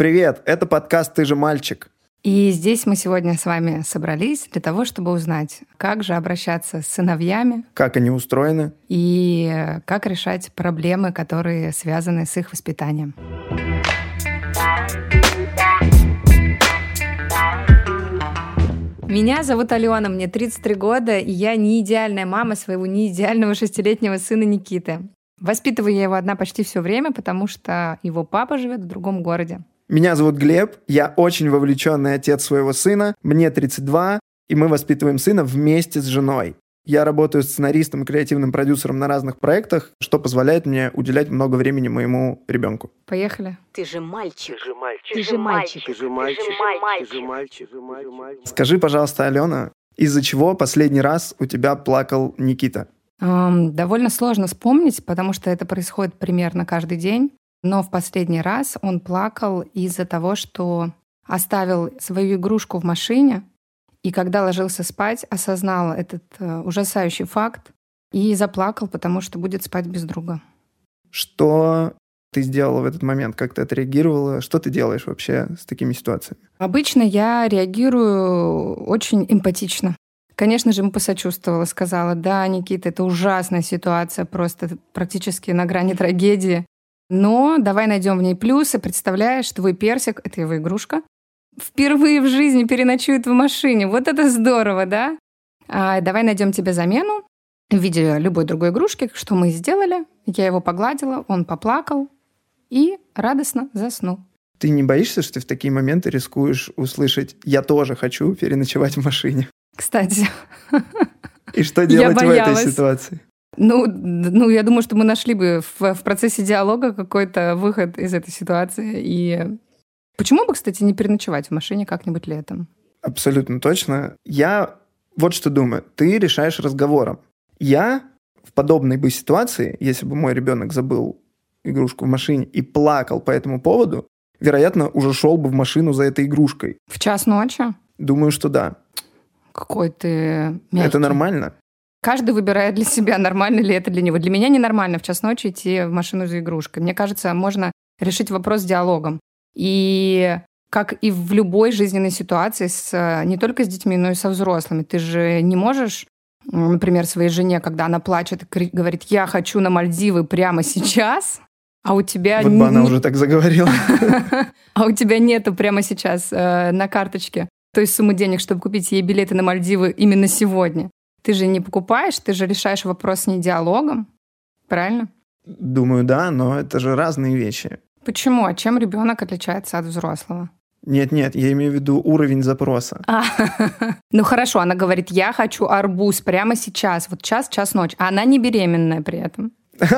Привет, это подкаст «Ты же мальчик». И здесь мы сегодня с вами собрались для того, чтобы узнать, как же обращаться с сыновьями. Как они устроены. И как решать проблемы, которые связаны с их воспитанием. Меня зовут Алена, мне 33 года, и я не идеальная мама своего неидеального 6-летнего сына Никиты. Воспитываю я его одна почти все время, потому что его папа живет в другом городе. Меня зовут Глеб, я очень вовлеченный отец своего сына, мне 32, и мы воспитываем сына вместе с женой. Я работаю сценаристом и креативным продюсером на разных проектах, что позволяет мне уделять много времени моему ребенку. Поехали. Ты же мальчик. Ты же мальчик. Ты же мальчик. Ты же мальчик. Ты же мальчик. Ты же мальчик. Скажи, пожалуйста, Алена, из-за чего последний раз у тебя плакал Никита? Довольно сложно вспомнить, потому что это происходит примерно каждый день. Но в последний раз он плакал из-за того, что оставил свою игрушку в машине, и когда ложился спать, осознал этот ужасающий факт и заплакал, потому что будет спать без друга. Что ты сделала в этот момент? Как ты отреагировала? Что ты делаешь вообще с такими ситуациями? Обычно я реагирую очень эмпатично. Конечно же, ему посочувствовала, сказала: да, Никита, это ужасная ситуация, просто практически на грани трагедии. Но давай найдем в ней плюсы. Представляешь, твой персик — это его игрушка. Впервые в жизни переночует в машине. Вот это здорово, да? Давай найдем тебе замену в виде любой другой игрушки. Что мы и сделали. Я его погладила, он поплакал и радостно заснул. Ты не боишься, что ты в такие моменты рискуешь услышать «я тоже хочу переночевать в машине»? Кстати. И что делать в этой ситуации? Я думаю, что мы нашли бы в процессе диалога какой-то выход из этой ситуации. И почему бы, кстати, не переночевать в машине как-нибудь летом? Абсолютно точно. Я вот что думаю. Ты решаешь разговором. Я в подобной бы ситуации, если бы мой ребенок забыл игрушку в машине и плакал по этому поводу, вероятно, уже шел бы в машину за этой игрушкой. В час ночи? Думаю, что да. Какой ты мягкий. Это нормально? Каждый выбирает для себя, нормально ли это для него. Для меня ненормально в час ночи идти в машину за игрушкой. Мне кажется, можно решить вопрос диалогом. И как и в любой жизненной ситуации, не только с детьми, но и со взрослыми. Ты же не можешь, например, своей жене, когда она плачет и говорит: я хочу на Мальдивы прямо сейчас, а у тебя... Вот бы она уже так заговорила. А у тебя нету прямо сейчас на карточке той суммы денег, чтобы купить ей билеты на Мальдивы именно сегодня. Ты же не покупаешь, ты же решаешь вопрос с ней диалогом, правильно? Думаю, да, но это же разные вещи. Почему? А чем ребенок отличается от взрослого? Нет, я имею в виду уровень запроса. Ну хорошо, она говорит: я хочу арбуз прямо сейчас, вот час ночи, а она не беременная при этом.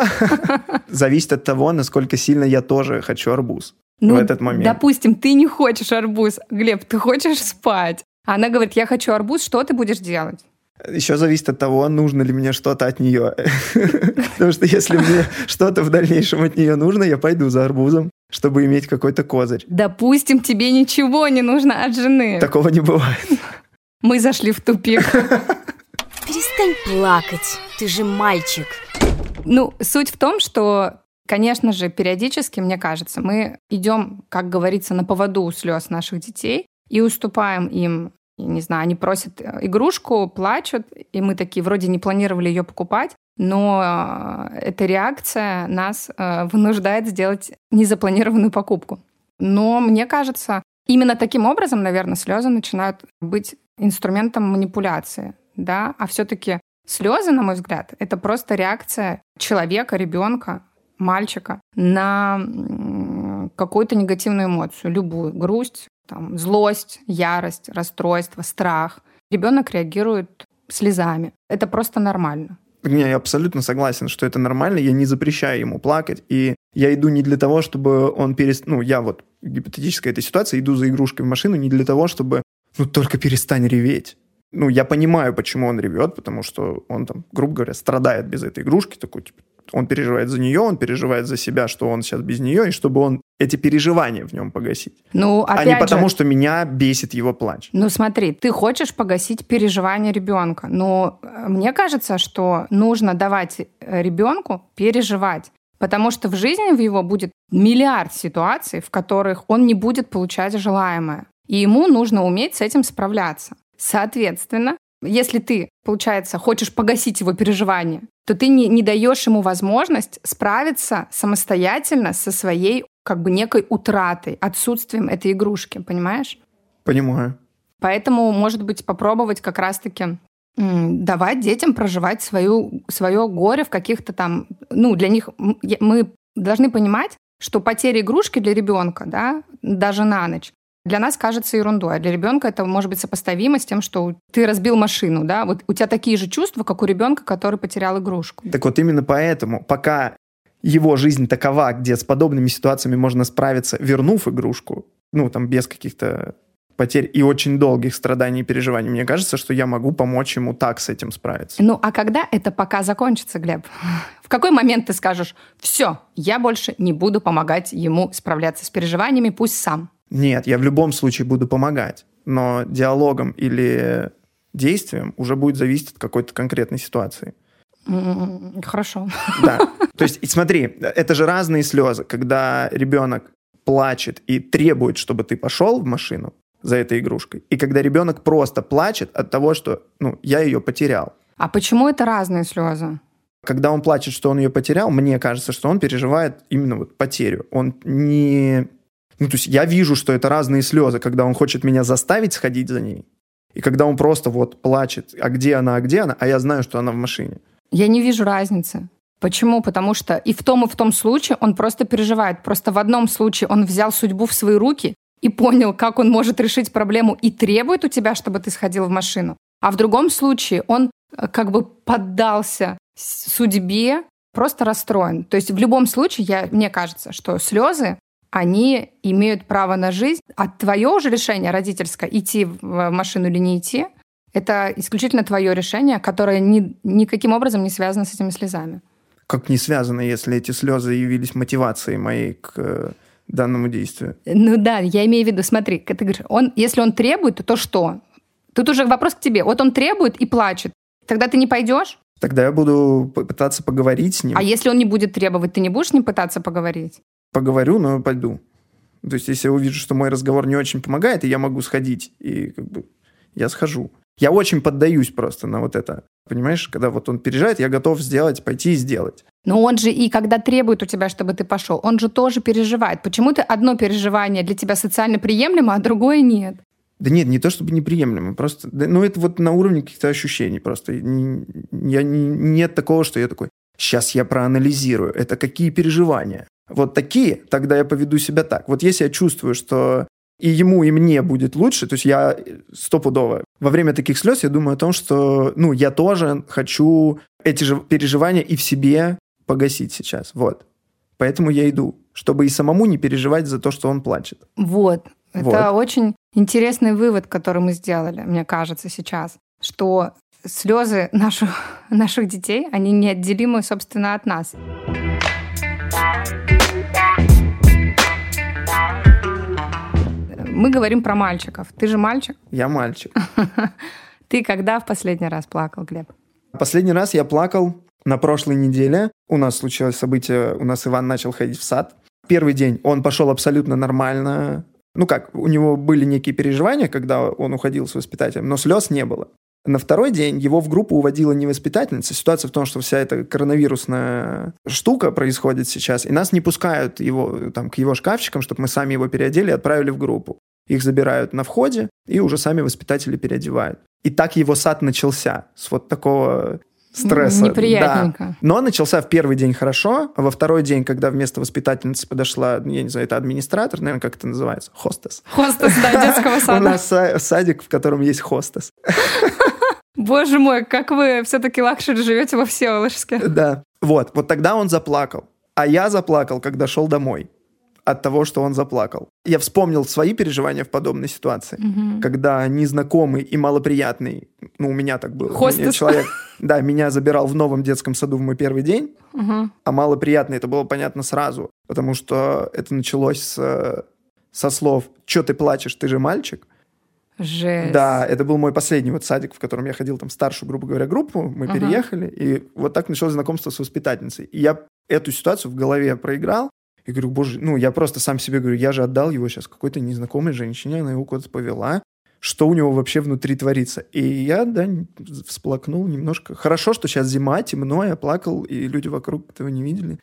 Зависит от того, насколько сильно я тоже хочу арбуз в этот момент. Допустим, ты не хочешь арбуз, Глеб, ты хочешь спать. А она говорит: я хочу арбуз, что ты будешь делать? Еще зависит от того, нужно ли мне что-то от нее. Потому что если мне что-то в дальнейшем от нее нужно, я пойду за арбузом, чтобы иметь какой-то козырь. Допустим, тебе ничего не нужно от жены. Такого не бывает. Мы зашли в тупик. Перестань плакать, ты же мальчик. Суть в том, что, конечно же, периодически, мне кажется, мы идем, как говорится, на поводу у слез наших детей и уступаем им. Не знаю, они просят игрушку, плачут, и мы такие вроде не планировали ее покупать, но эта реакция нас вынуждает сделать незапланированную покупку. Но мне кажется, именно таким образом, наверное, слезы начинают быть инструментом манипуляции, да? А все-таки слезы, на мой взгляд, это просто реакция человека, ребенка, мальчика на какую-то негативную эмоцию, любую, грусть, злость, ярость, расстройство, страх. Ребенок реагирует слезами. Это просто нормально. Я абсолютно согласен, что это нормально. Я не запрещаю ему плакать. И я иду не для того, чтобы он я вот в гипотетической этой ситуации иду за игрушкой в машину не для того, чтобы только перестань реветь. Я понимаю, почему он ревет, потому что он грубо говоря, страдает без этой игрушки. Он переживает за нее, он переживает за себя, что он сейчас без нее, и чтобы он эти переживания в нем погасить. А не потому, что меня бесит его плач. Смотри, ты хочешь погасить переживания ребенка, но мне кажется, что нужно давать ребенку переживать. Потому что в жизни в его будет миллиард ситуаций, в которых он не будет получать желаемое. И ему нужно уметь с этим справляться. Соответственно, если ты, получается, хочешь погасить его переживания, то ты не даешь ему возможность справиться самостоятельно со своей как бы некой утратой, отсутствием этой игрушки, понимаешь? Понимаю. Поэтому, может быть, попробовать как раз-таки давать детям проживать свое горе в каких-то там... Ну, для них мы должны понимать, что потеря игрушки для ребенка, да, даже на ночь, для нас кажется ерундой, а для ребенка это может быть сопоставимо с тем, что ты разбил машину, да, вот у тебя такие же чувства, как у ребенка, который потерял игрушку. Так вот именно поэтому, пока его жизнь такова, где с подобными ситуациями можно справиться, вернув игрушку, ну, там, без каких-то потерь и очень долгих страданий и переживаний, мне кажется, что я могу помочь ему так с этим справиться. Ну, а когда это пока закончится, Глеб? В какой момент ты скажешь: все, я больше не буду помогать ему справляться с переживаниями, пусть сам? Нет, я в любом случае буду помогать, но диалогом или действием уже будет зависеть от какой-то конкретной ситуации. Хорошо. Да. То есть, смотри, это же разные слезы, когда ребенок плачет и требует, чтобы ты пошел в машину за этой игрушкой, и когда ребенок просто плачет от того, что, я ее потерял. А почему это разные слезы? Когда он плачет, что он ее потерял, мне кажется, что он переживает именно вот потерю. Он не... то есть я вижу, что это разные слезы, когда он хочет меня заставить сходить за ней, и когда он просто вот плачет, а где она, а я знаю, что она в машине. Я не вижу разницы. Почему? Потому что и в том случае он просто переживает. Просто в одном случае он взял судьбу в свои руки и понял, как он может решить проблему и требует у тебя, чтобы ты сходил в машину. А в другом случае он как бы поддался судьбе, просто расстроен. То есть в любом случае, мне кажется, что слезы, они имеют право на жизнь, а твое уже решение родительское, идти в машину или не идти, это исключительно твое решение, которое никаким образом не связано с этими слезами. Как не связано, если эти слезы явились мотивацией моей к данному действию? Ну да, я имею в виду, смотри, ты говоришь, если он требует, то что? Тут уже вопрос к тебе. Вот он требует и плачет. Тогда ты не пойдешь? Тогда я буду пытаться поговорить с ним. А если он не будет требовать, ты не будешь с ним пытаться поговорить? Поговорю, но пойду. То есть, если я увижу, что мой разговор не очень помогает, и я могу сходить, и я схожу. Я очень поддаюсь просто на вот это. Понимаешь, когда вот он переезжает, я готов пойти и сделать. Но он же и когда требует у тебя, чтобы ты пошел, он же тоже переживает. Почему-то одно переживание для тебя социально приемлемо, а другое нет. Да нет, не то чтобы неприемлемо, просто... это вот на уровне каких-то ощущений просто. Нет такого, что я такой, сейчас я проанализирую, это какие переживания. Вот такие, тогда я поведу себя так. Вот если я чувствую, что и ему, и мне будет лучше, то есть я стопудово во время таких слез я думаю о том, что, я тоже хочу эти же переживания и в себе погасить сейчас. Вот. Поэтому я иду, чтобы и самому не переживать за то, что он плачет. Вот. Это очень интересный вывод, который мы сделали, мне кажется, сейчас, что слезы наших детей, они неотделимы, собственно, от нас. Мы говорим про мальчиков. Ты же мальчик? Я мальчик. Ты когда в последний раз плакал, Глеб? Последний раз я плакал на прошлой неделе. У нас случилось событие, у нас Иван начал ходить в сад. Первый день он пошел абсолютно нормально. У него были некие переживания, когда он уходил с воспитателем, но слез не было. На второй день его в группу уводила не воспитательница. Ситуация в том, что вся эта коронавирусная штука происходит сейчас, и нас не пускают к его шкафчикам, чтобы мы сами его переодели и отправили в группу. Их забирают на входе, и уже сами воспитатели переодевают. И так его сад начался, с вот такого стресса. Неприятненько. Да. Но начался в первый день хорошо, а во второй день, когда вместо воспитательницы подошла, я не знаю, это администратор, наверное, как это называется? Хостес. Хостес, да, детского сада. У нас садик, в котором есть хостес. Боже мой, как вы все-таки лакшери живете во Всеволожске. Да. Вот тогда он заплакал. А я заплакал, когда шел домой. От того, что он заплакал. Я вспомнил свои переживания в подобной ситуации, когда незнакомый и малоприятный, у меня так было. Хостес. Человек, меня забирал в новом детском саду в мой первый день, а малоприятный, это было понятно сразу, потому что это началось со слов «Чё ты плачешь, ты же мальчик?» Жесть. Да, это был мой последний вот садик, в котором я ходил там старшую, грубо говоря, группу. Мы переехали, и вот так началось знакомство с воспитательницей. И я эту ситуацию в голове проиграл. И говорю, боже, я просто сам себе говорю, я же отдал его сейчас какой-то незнакомой женщине, она его куда-то повела. Что у него вообще внутри творится? И я, всплакнул немножко. Хорошо, что сейчас зима, темно, я плакал, и люди вокруг этого не видели.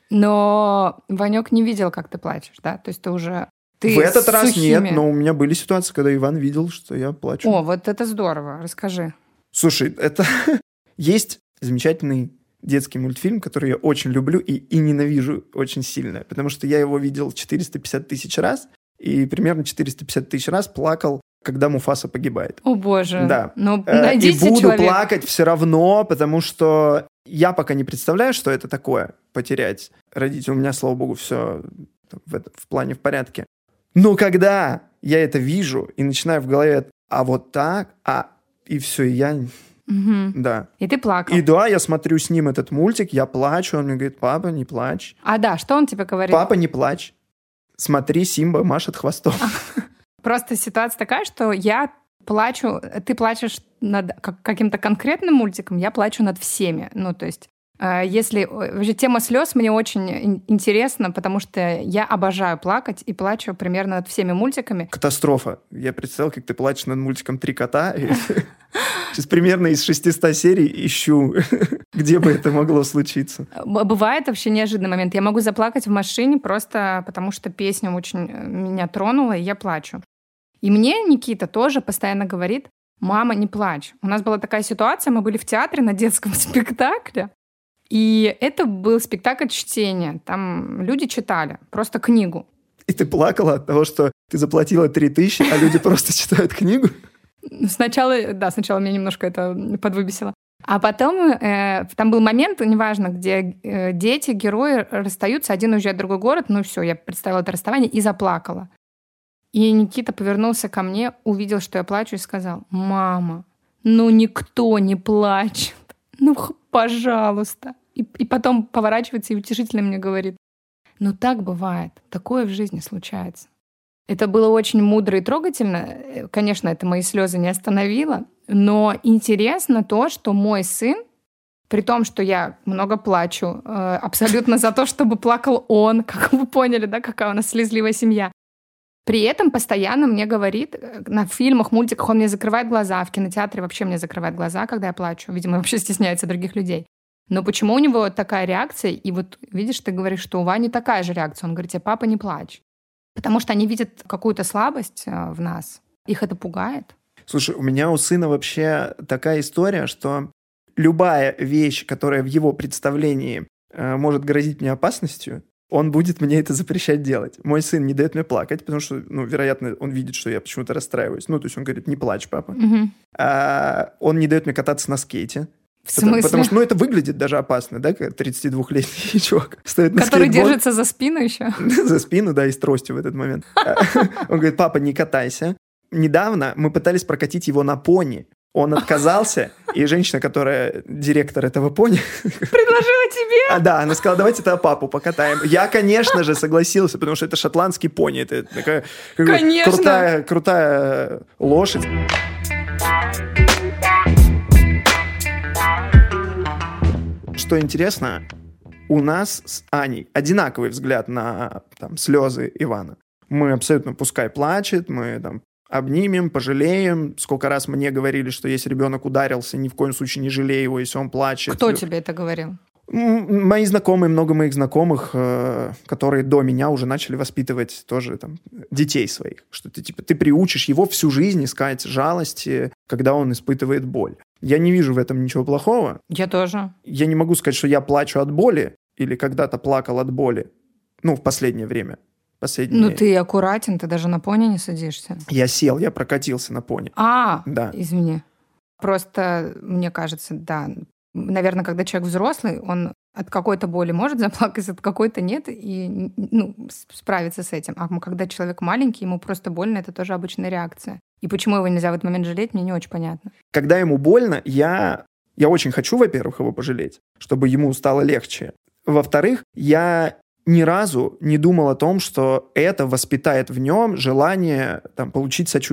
Но Ванек не видел, как ты плачешь, да? То есть ты уже... В этот раз нет, но у меня были ситуации, когда Иван видел, что я плачу. О, вот это здорово. Расскажи. Слушай, это... Есть замечательный детский мультфильм, который я очень люблю и ненавижу очень сильно, потому что я его видел 450 тысяч раз, и примерно 450 тысяч раз плакал, когда Муфаса погибает. О, боже. Да. Ну, найдите и буду человека. плакать все равно, потому что я пока не представляю, что это такое, потерять родителей. У меня, слава богу, все в плане в порядке. Но когда я это вижу и начинаю в голове, а вот так, и все, и я... Да. И ты плакал. И да, я смотрю с ним этот мультик, я плачу, он мне говорит, папа, не плачь. А да, что он тебе говорит? Папа, не плачь. Смотри, Симба машет хвостом. Просто ситуация такая, что я плачу, ты плачешь над каким-то конкретным мультиком, я плачу над всеми. Ну, то есть, если... Вообще, тема слез мне очень интересна, потому что я обожаю плакать и плачу примерно над всеми мультиками. Катастрофа. Я представил, как ты плачешь над мультиком «Три кота». Сейчас примерно из 600 серий ищу, где бы это могло случиться. Бывает вообще неожиданный момент. Я могу заплакать в машине просто потому, что песня очень меня тронула, и я плачу. И мне Никита тоже постоянно говорит, мама, не плачь. У нас была такая ситуация, мы были в театре на детском спектакле, и это был спектакль чтения. Там люди читали просто книгу. И ты плакала от того, что ты заплатила 3000, а люди просто читают книгу? Сначала меня немножко это подвыбесило. А потом там был момент, неважно, где дети, герои расстаются, один уезжает в другой город, ну все, я представила это расставание и заплакала. И Никита повернулся ко мне, увидел, что я плачу, и сказал, мама, никто не плачет, пожалуйста. И потом поворачивается и утешительно мне говорит, так бывает, такое в жизни случается. Это было очень мудро и трогательно. Конечно, это мои слезы не остановило. Но интересно то, что мой сын, при том, что я много плачу, абсолютно за то, чтобы плакал он, как вы поняли, да, какая у нас слезливая семья, при этом постоянно мне говорит, на фильмах, мультиках он мне закрывает глаза, в кинотеатре вообще мне закрывает глаза, когда я плачу. Видимо, вообще стесняется других людей. Но почему у него такая реакция? И вот видишь, ты говоришь, что у Вани такая же реакция. Он говорит тебе, папа, не плачь. Потому что они видят какую-то слабость в нас. Их это пугает. Слушай, у меня у сына вообще такая история, что любая вещь, которая в его представлении может грозить мне опасностью, он будет мне это запрещать делать. Мой сын не дает мне плакать, потому что, вероятно, он видит, что я почему-то расстраиваюсь. То есть он говорит, не плачь, папа. Он не дает мне кататься на скейте. В смысле? Потому что, это выглядит даже опасно, да, когда 32-летний чувак стоит на который скейтборд. держится за спину еще. За спину, да, и с тростью в этот момент. Он говорит, папа, не катайся. Недавно мы пытались прокатить его на пони. Он отказался, и женщина, которая директор этого пони... Предложила тебе? Да, она сказала, давайте тогда папу покатаем. Я, конечно же, согласился, потому что это шотландский пони. Это такая крутая лошадь. Что интересно, у нас с Аней одинаковый взгляд на слезы Ивана. Мы абсолютно, пускай плачет, мы обнимем, пожалеем. Сколько раз мне говорили, что если ребенок ударился, ни в коем случае не жалей его, если он плачет. Кто тебе это говорил? Мои знакомые, много моих знакомых, которые до меня уже начали воспитывать тоже детей своих. Что ты приучишь его всю жизнь искать жалости, когда он испытывает боль. Я не вижу в этом ничего плохого. Я тоже. Я не могу сказать, что я плачу от боли или когда-то плакал от боли. В последнее время. Ты аккуратен, ты даже на пони не садишься. Я сел, я прокатился на пони. Да. Извини. Просто, мне кажется, да, наверное, когда человек взрослый, он от какой-то боли может заплакать, от какой-то нет, и справиться с этим. А когда человек маленький, ему просто больно, это тоже обычная реакция. И почему его нельзя в этот момент жалеть, мне не очень понятно. Когда ему больно, я очень хочу, во-первых, его пожалеть, чтобы ему стало легче. Во-вторых, я ни разу не думал о том, что это воспитает в нем желание получить сочувствие.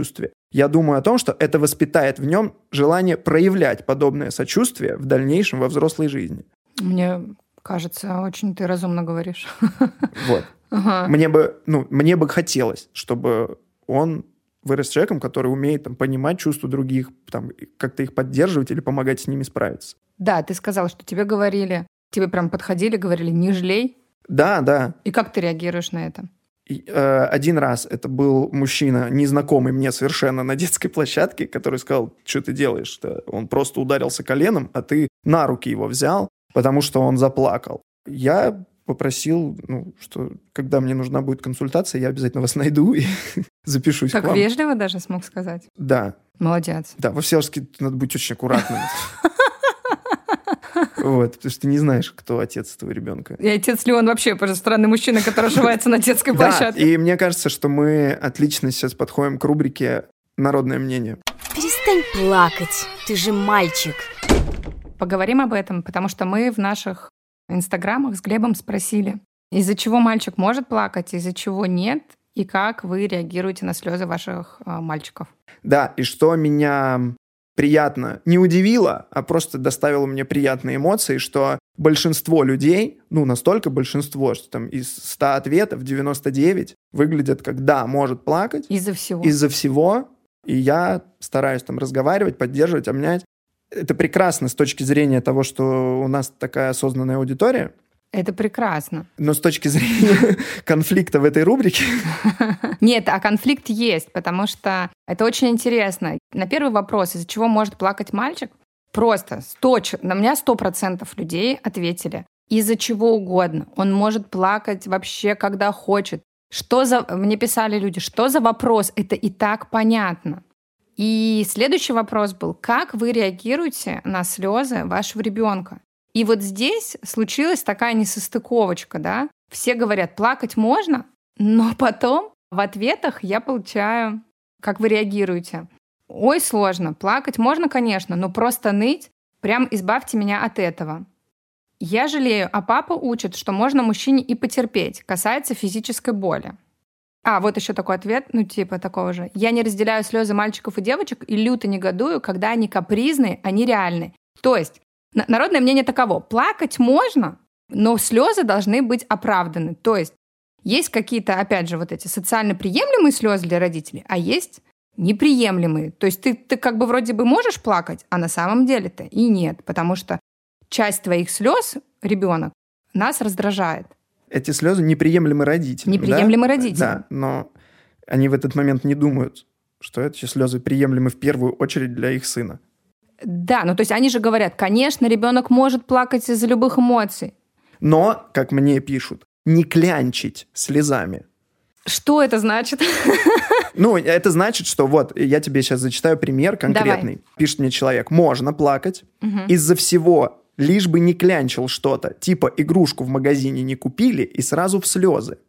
Я думаю о том, что это воспитает в нем желание проявлять подобное сочувствие в дальнейшем во взрослой жизни. Мне кажется, очень ты разумно говоришь. Вот. Ага. Мне бы хотелось, чтобы он вырос человеком, который умеет там, понимать чувства других, там, как-то их поддерживать или помогать с ними справиться. Да, ты сказал, что тебе говорили, тебе прям подходили, говорили, не жалей. Да. И как ты реагируешь на это? Один раз это был мужчина, незнакомый мне совершенно на детской площадке, который сказал, что ты делаешь-то? Он просто ударился коленом, а ты на руки его взял, потому что он заплакал. Я попросил, что когда мне нужна будет консультация, я обязательно вас найду и запишусь так к вам. Так вежливо даже смог сказать? Да. Молодец. Да, во Всеволожске надо быть очень аккуратным. Вот, потому что ты не знаешь, кто отец этого ребенка. И отец ли он вообще, просто странный мужчина, который ошивается на детской площадке. Да, и мне кажется, что мы отлично сейчас подходим к рубрике «Народное мнение». Перестань плакать, ты же мальчик. Поговорим об этом, потому что мы в наших инстаграмах с Глебом спросили, из-за чего мальчик может плакать, из-за чего нет, и как вы реагируете на слезы ваших мальчиков. Да, и что меня приятно не удивило, а просто доставило мне приятные эмоции, что большинство людей, настолько большинство, что там из 100 ответов 99 выглядят как «да, может плакать». Из-за всего. Из-за всего. И я стараюсь там разговаривать, поддерживать, обнять. Это прекрасно с точки зрения того, что у нас такая осознанная аудитория. Это прекрасно. Но с точки зрения конфликта в этой рубрике... Нет, а конфликт есть, потому что это очень интересно. На первый вопрос, из-за чего может плакать мальчик, просто на меня 100% людей ответили. Из-за чего угодно. Он может плакать вообще, когда хочет. Мне писали люди, что за вопрос? Это и так понятно. И следующий вопрос был, как вы реагируете на слезы вашего ребенка? И вот здесь случилась такая несостыковочка, да? Все говорят, плакать можно, но потом в ответах я получаю, как вы реагируете. Ой, сложно, плакать можно, конечно, но просто ныть, прям избавьте меня от этого. Я жалею, а папа учит, что можно мужчине и потерпеть, касается физической боли. Вот еще такой ответ, такого же. Я не разделяю слезы мальчиков и девочек и люто негодую, когда они капризные, а не реальные. То есть народное мнение таково. Плакать можно, но слезы должны быть оправданы. То есть какие-то, опять же, вот эти социально приемлемые слезы для родителей, а есть неприемлемые. То есть ты как бы вроде бы можешь плакать, а на самом деле-то и нет, потому что часть твоих слез, ребенок, нас раздражает. Эти слезы неприемлемы родителям. Неприемлемы родителям. Да, но они в этот момент не думают, что эти слезы приемлемы в первую очередь для их сына. Да, то есть они же говорят, конечно, ребенок может плакать из-за любых эмоций. Но, как мне пишут, не клянчить слезами. Что это значит? Это значит, что вот, я тебе сейчас зачитаю пример конкретный. Давай. Пишет мне человек, можно плакать из-за всего, лишь бы не клянчил что-то, типа игрушку в магазине не купили и сразу в слезы.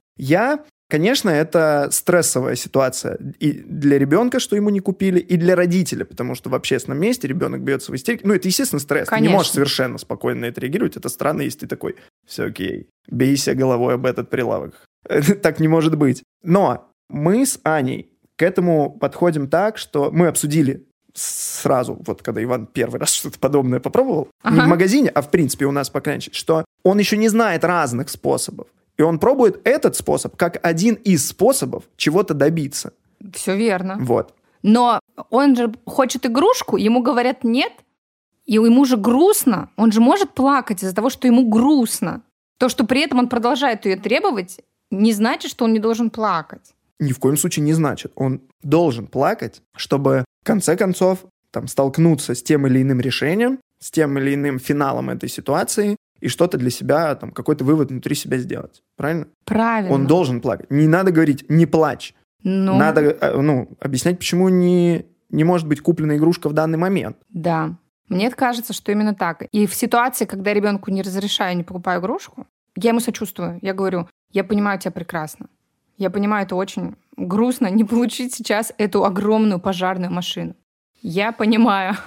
Конечно, это стрессовая ситуация и для ребенка, что ему не купили, и для родителя, потому что в общественном месте ребенок бьется в истерике. Это, естественно, стресс. Конечно. Ты не можешь совершенно спокойно на это реагировать. Это странно, если ты такой, все окей, бейся головой об этот прилавок. Так не может быть. Но мы с Аней к этому подходим так, что мы обсудили сразу, вот когда Иван первый раз что-то подобное попробовал, не в магазине, а в принципе у нас поклянчить, что он еще не знает разных способов. И он пробует этот способ как один из способов чего-то добиться. Все верно. Вот. Но он же хочет игрушку, ему говорят нет, и ему же грустно. Он же может плакать из-за того, что ему грустно. То, что при этом он продолжает ее требовать, не значит, что он не должен плакать. Ни в коем случае не значит. Он должен плакать, чтобы в конце концов столкнуться с тем или иным решением, с тем или иным финалом этой ситуации и что-то для себя, какой-то вывод внутри себя сделать. Правильно? Правильно. Он должен плакать. Не надо говорить «не плачь». Надо объяснять, почему не может быть куплена игрушка в данный момент. Да. Мне кажется, что именно так. И в ситуации, когда ребенку не разрешаю, не покупаю игрушку, я ему сочувствую. Я говорю, я понимаю тебя прекрасно. Я понимаю, это очень грустно не получить сейчас эту огромную пожарную машину. Я понимаю.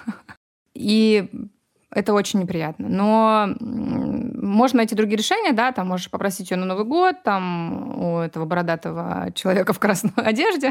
И это очень неприятно. Но можно найти другие решения, да, можешь попросить ее на Новый год, у этого бородатого человека в красной одежде,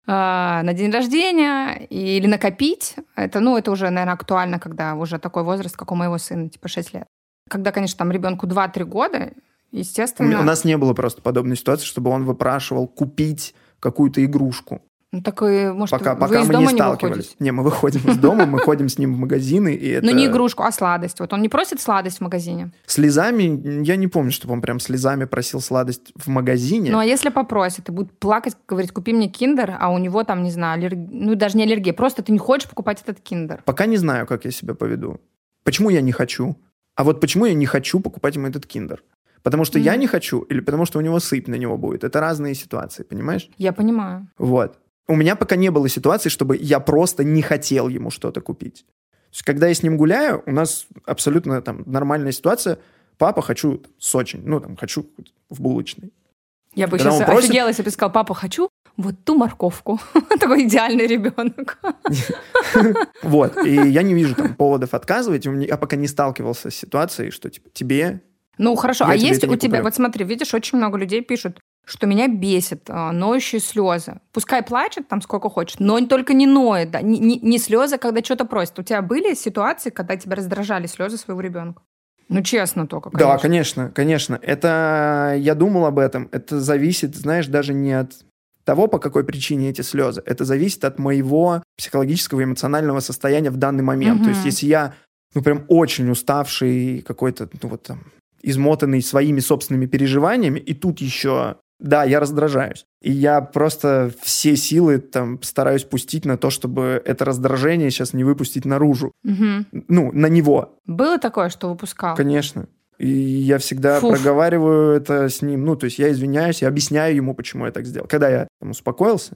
на день рождения или накопить. Это уже, наверное, актуально, когда уже такой возраст, как у моего сына, типа 6 лет. Когда, конечно, там ребенку 2-3 года, естественно... У нас не было просто подобной ситуации, чтобы он выпрашивал купить какую-то игрушку. Так, может, пока вы из мы дома не сталкивались. Не, мы выходим из дома, мы ходим с ним в магазины. И это... Но не игрушку, а сладость. Вот он не просит сладость в магазине? Слезами, я не помню, чтобы он прям слезами просил сладость в магазине. Ну, а если попросит и будет плакать, говорить, купи мне киндер, а у него там, не знаю, даже не аллергия, просто ты не хочешь покупать этот киндер? Пока не знаю, как я себя поведу. Почему я не хочу? А вот почему я не хочу покупать ему этот киндер? Потому что я не хочу или потому что у него сыпь на него будет? Это разные ситуации, понимаешь? Я понимаю. Вот. У меня пока не было ситуации, чтобы я просто не хотел ему что-то купить. То есть, когда я с ним гуляю, у нас абсолютно там нормальная ситуация. Папа, хочу сочень. Хочу в булочной. Я бы сейчас офигела, если бы сказал, папа, хочу вот ту морковку. Такой идеальный ребенок. Вот. И я не вижу там поводов отказывать. Я пока не сталкивался с ситуацией, что типа тебе... Ну, хорошо. А есть у тебя... Вот смотри, видишь, очень много людей пишут, что меня бесит ноющие слезы. Пускай плачет там сколько хочет, но только не ноет, да, не слезы, когда что-то просит. У тебя были ситуации, когда тебя раздражали слезы своего ребенка? Ну, честно только, конечно. Да, конечно. Это, я думал об этом. Это зависит, знаешь, даже не от того, по какой причине эти слезы. Это зависит от моего психологического и эмоционального состояния в данный момент. То есть, если я, прям очень уставший, какой-то, измотанный своими собственными переживаниями, и тут еще... Да, я раздражаюсь. И я просто все силы там стараюсь пустить на то, чтобы это раздражение сейчас не выпустить наружу. На него. Было такое, что выпускал? Конечно. И я всегда проговариваю это с ним. То есть я извиняюсь, я объясняю ему, почему я так сделал. Когда я там успокоился,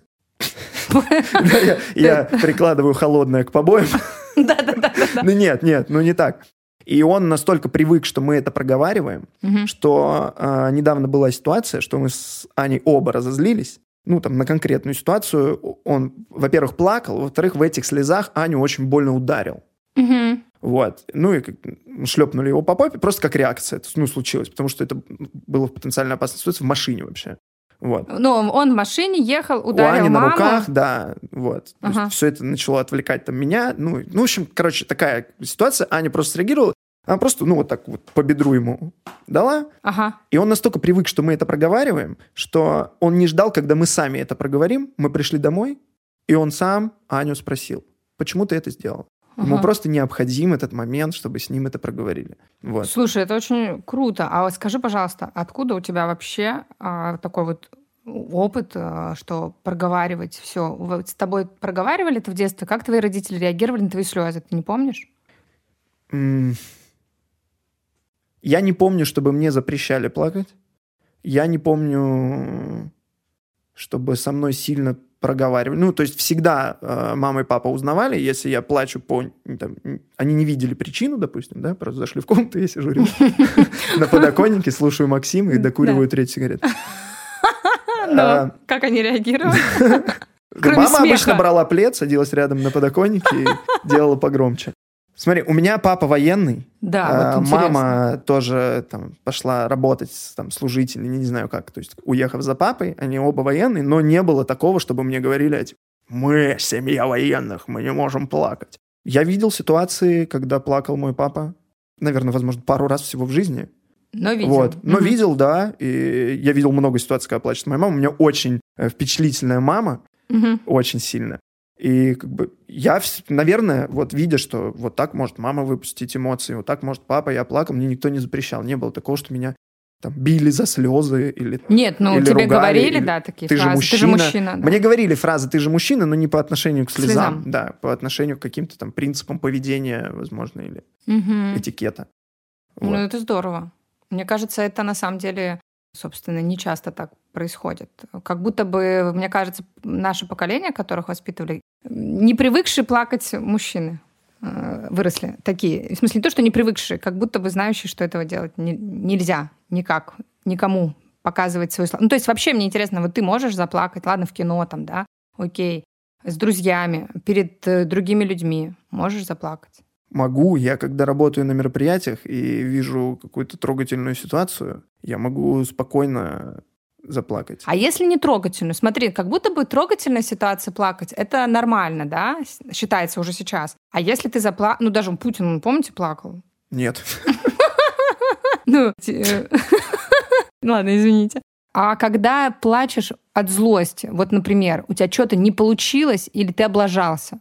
я прикладываю холодное к побоям. Да. Нет, не так. И он настолько привык, что мы это проговариваем, что недавно была ситуация, что мы с Аней оба разозлились. На конкретную ситуацию. Он, во-первых, плакал, во-вторых, в этих слезах Аню очень больно ударил. Вот. И шлепнули его по попе, просто как реакция. Это, случилось, потому что это было в потенциально опасной ситуации в машине вообще. Вот. Он в машине ехал, ударил у Ани маму. на руках, да, вот. Все это начало отвлекать меня. В общем, такая ситуация. Аня просто среагировала. Она просто, вот так вот по бедру ему дала. И он настолько привык, что мы это проговариваем, что он не ждал, когда мы сами это проговорим. Мы пришли домой, и он сам Аню спросил, почему ты это сделал? Ему просто необходим этот момент, чтобы с ним это проговорили. Вот. Слушай, это очень круто. А скажи, пожалуйста, откуда у тебя вообще такой вот опыт, что проговаривать все? С тобой проговаривали это в детстве? Как твои родители реагировали на твои слезы? Ты не помнишь? Я не помню, чтобы мне запрещали плакать. Я не помню, чтобы со мной сильно проговаривали. То есть всегда мама и папа узнавали, если я плачу они не видели причину, допустим, да, просто зашли в комнату, я сижу на подоконнике, слушаю Максима и докуриваю третью сигарету. Как они реагировали? Мама обычно брала плед, садилась рядом на подоконнике и делала погромче. Смотри, у меня папа военный. Да, вот мама тоже пошла работать служителем, не знаю как. То есть, уехав за папой, они оба военные, но не было такого, чтобы мне говорили, мы семья военных, мы не можем плакать. Я видел ситуации, когда плакал мой папа, наверное, возможно, пару раз всего в жизни. Но видел. Вот. Но видел, да. И я видел много ситуаций, когда плачет моя мама. У меня очень впечатлительная мама, очень сильно. И я, наверное, видя, что вот так может мама выпустить эмоции, вот так может папа, я плакал, мне никто не запрещал. Не было такого, что меня били за слезы или Нет, или тебе ругали, говорили, или, да, такие ты фразы. Же мужчина. Да. Мне говорили фразы «ты же мужчина», но не по отношению к слезам. Слезам. Да, по отношению к каким-то принципам поведения, возможно, или этикета. Вот. Это здорово. Мне кажется, это на самом деле, собственно, не часто так происходит. Как будто бы, мне кажется, наше поколение, которых воспитывали, не привыкшие плакать мужчины выросли такие. В смысле, не то, что не привыкшие, как будто бы знающие, что этого делать нельзя никак, никому показывать свою славу. То есть вообще мне интересно, ты можешь заплакать, ладно, в кино да, окей, с друзьями, перед другими людьми можешь заплакать? Могу. Я когда работаю на мероприятиях и вижу какую-то трогательную ситуацию, я могу спокойно заплакать. А если не трогательную? Смотри, как будто бы трогательная ситуация плакать, это нормально, да? Считается уже сейчас. А если ты заплакал... Ну, даже Путин, помните, плакал? Нет. Ладно, извините. А когда плачешь от злости, вот, например, у тебя что-то не получилось или ты облажался,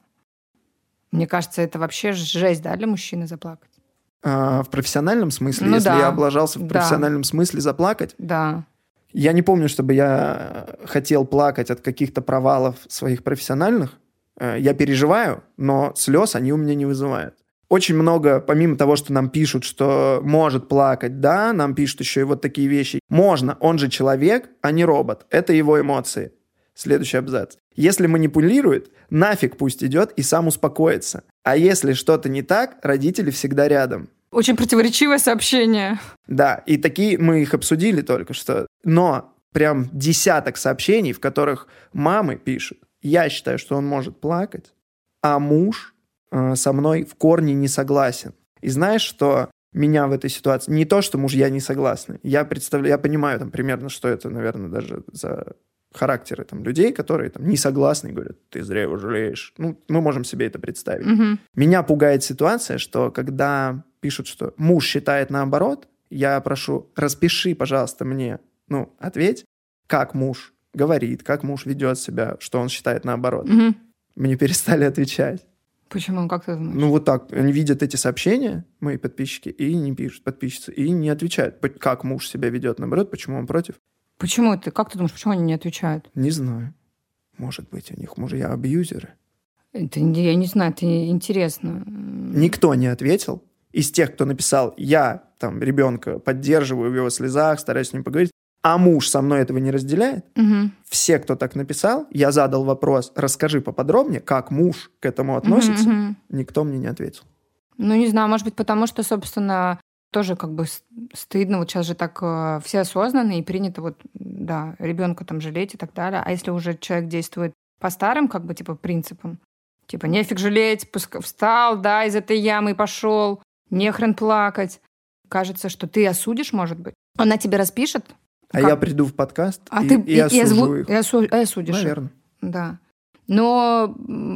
мне кажется, это вообще жесть, да, для мужчины заплакать? В профессиональном смысле? Ну если да. я облажался в профессиональном смысле, заплакать? Да. Я не помню, чтобы я хотел плакать от каких-то провалов своих профессиональных. Я переживаю, но слез они у меня не вызывают. Очень много, помимо того, что нам пишут, что может плакать, да, нам пишут еще и вот такие вещи. Можно, он же человек, а не робот. Это его эмоции. Следующий абзац. Если манипулирует, нафиг пусть идет и сам успокоится. А если что-то не так, родители всегда рядом. Очень противоречивое сообщение. Да, и такие мы их обсудили только что. Но прям десяток сообщений, в которых мамы пишут: я считаю, что он может плакать, а муж со мной в корне не согласен. И знаешь, что меня в этой ситуации... Не то, что мужья не согласны. Я понимаю там примерно, что это, наверное, даже за характеры там людей, которые там не согласны и говорят: ты зря его жалеешь. Ну, мы можем себе это представить. Угу. Меня пугает ситуация, что когда пишут, что муж считает наоборот, я прошу: распиши, пожалуйста, мне, ответь, как муж говорит, как муж ведет себя, что он считает наоборот. Угу. Мне перестали отвечать. Почему? Как ты думаешь? Вот так. Они видят эти сообщения, мои подписчики, и не пишут, подписчицы, и не отвечают, как муж себя ведет наоборот, почему он против. Почему ты? Как ты думаешь, почему они не отвечают? Не знаю. Может быть, у них мужья абьюзеры. Я не знаю, это интересно. Никто не ответил. Из тех, кто написал: я там ребенка поддерживаю в его слезах, стараюсь с ним поговорить, а муж со мной этого не разделяет. Угу. Все, кто так написал, я задал вопрос: расскажи поподробнее, как муж к этому относится. Угу. Никто мне не ответил. Не знаю, может быть, потому что, собственно, тоже как бы стыдно. Вот сейчас же так все осознанные, и принято ребенка там жалеть и так далее. А если уже человек действует по старым, как бы, принципам, нефиг жалеть, пускай встал, да, из этой ямы и пошел, нехрен плакать. Кажется, что ты осудишь, может быть. Она тебе распишет. А я приду в подкаст и осужу их. И осудишь. Наверное. Да. Но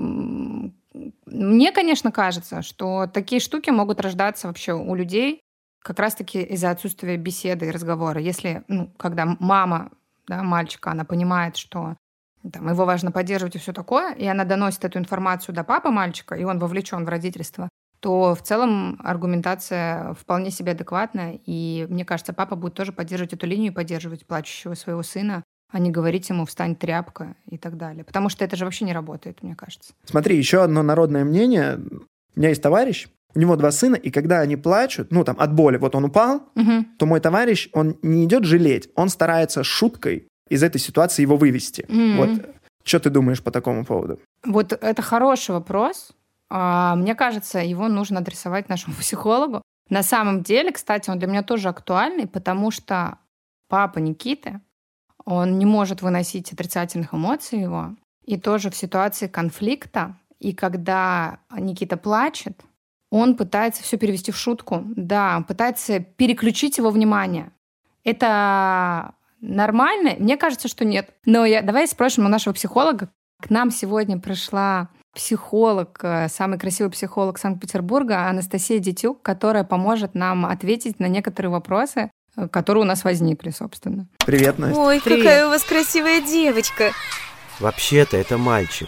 мне, конечно, кажется, что такие штуки могут рождаться вообще у людей как раз-таки из-за отсутствия беседы и разговора. Если, когда мама, да, мальчика, она понимает, что там, его важно поддерживать и все такое, и она доносит эту информацию до папы мальчика, и он вовлечен в родительство, то в целом аргументация вполне себе адекватная. И мне кажется, папа будет тоже поддерживать эту линию, поддерживать плачущего своего сына, а не говорить ему «встань, тряпка» и так далее. Потому что это же вообще не работает, мне кажется. Смотри, еще одно народное мнение. У меня есть товарищ, у него 2 сына, и когда они плачут, от боли, вот он упал, то мой товарищ, он не идет жалеть, он старается шуткой из этой ситуации его вывести. Вот что ты думаешь по такому поводу? Вот это хороший вопрос. Мне кажется, его нужно адресовать нашему психологу. На самом деле, кстати, он для меня тоже актуальный, потому что папа Никиты, он не может выносить отрицательных эмоций его. И тоже в ситуации конфликта, и когда Никита плачет, он пытается все перевести в шутку. Да, он пытается переключить его внимание. Это нормально? Мне кажется, что нет. Но давай спросим у нашего психолога. К нам сегодня пришла психолог, самый красивый психолог Санкт-Петербурга Анастасия Дитюк, которая поможет нам ответить на некоторые вопросы, которые у нас возникли, собственно. Привет, Настя. Ой, Привет. Какая у вас красивая девочка. Вообще-то это мальчик.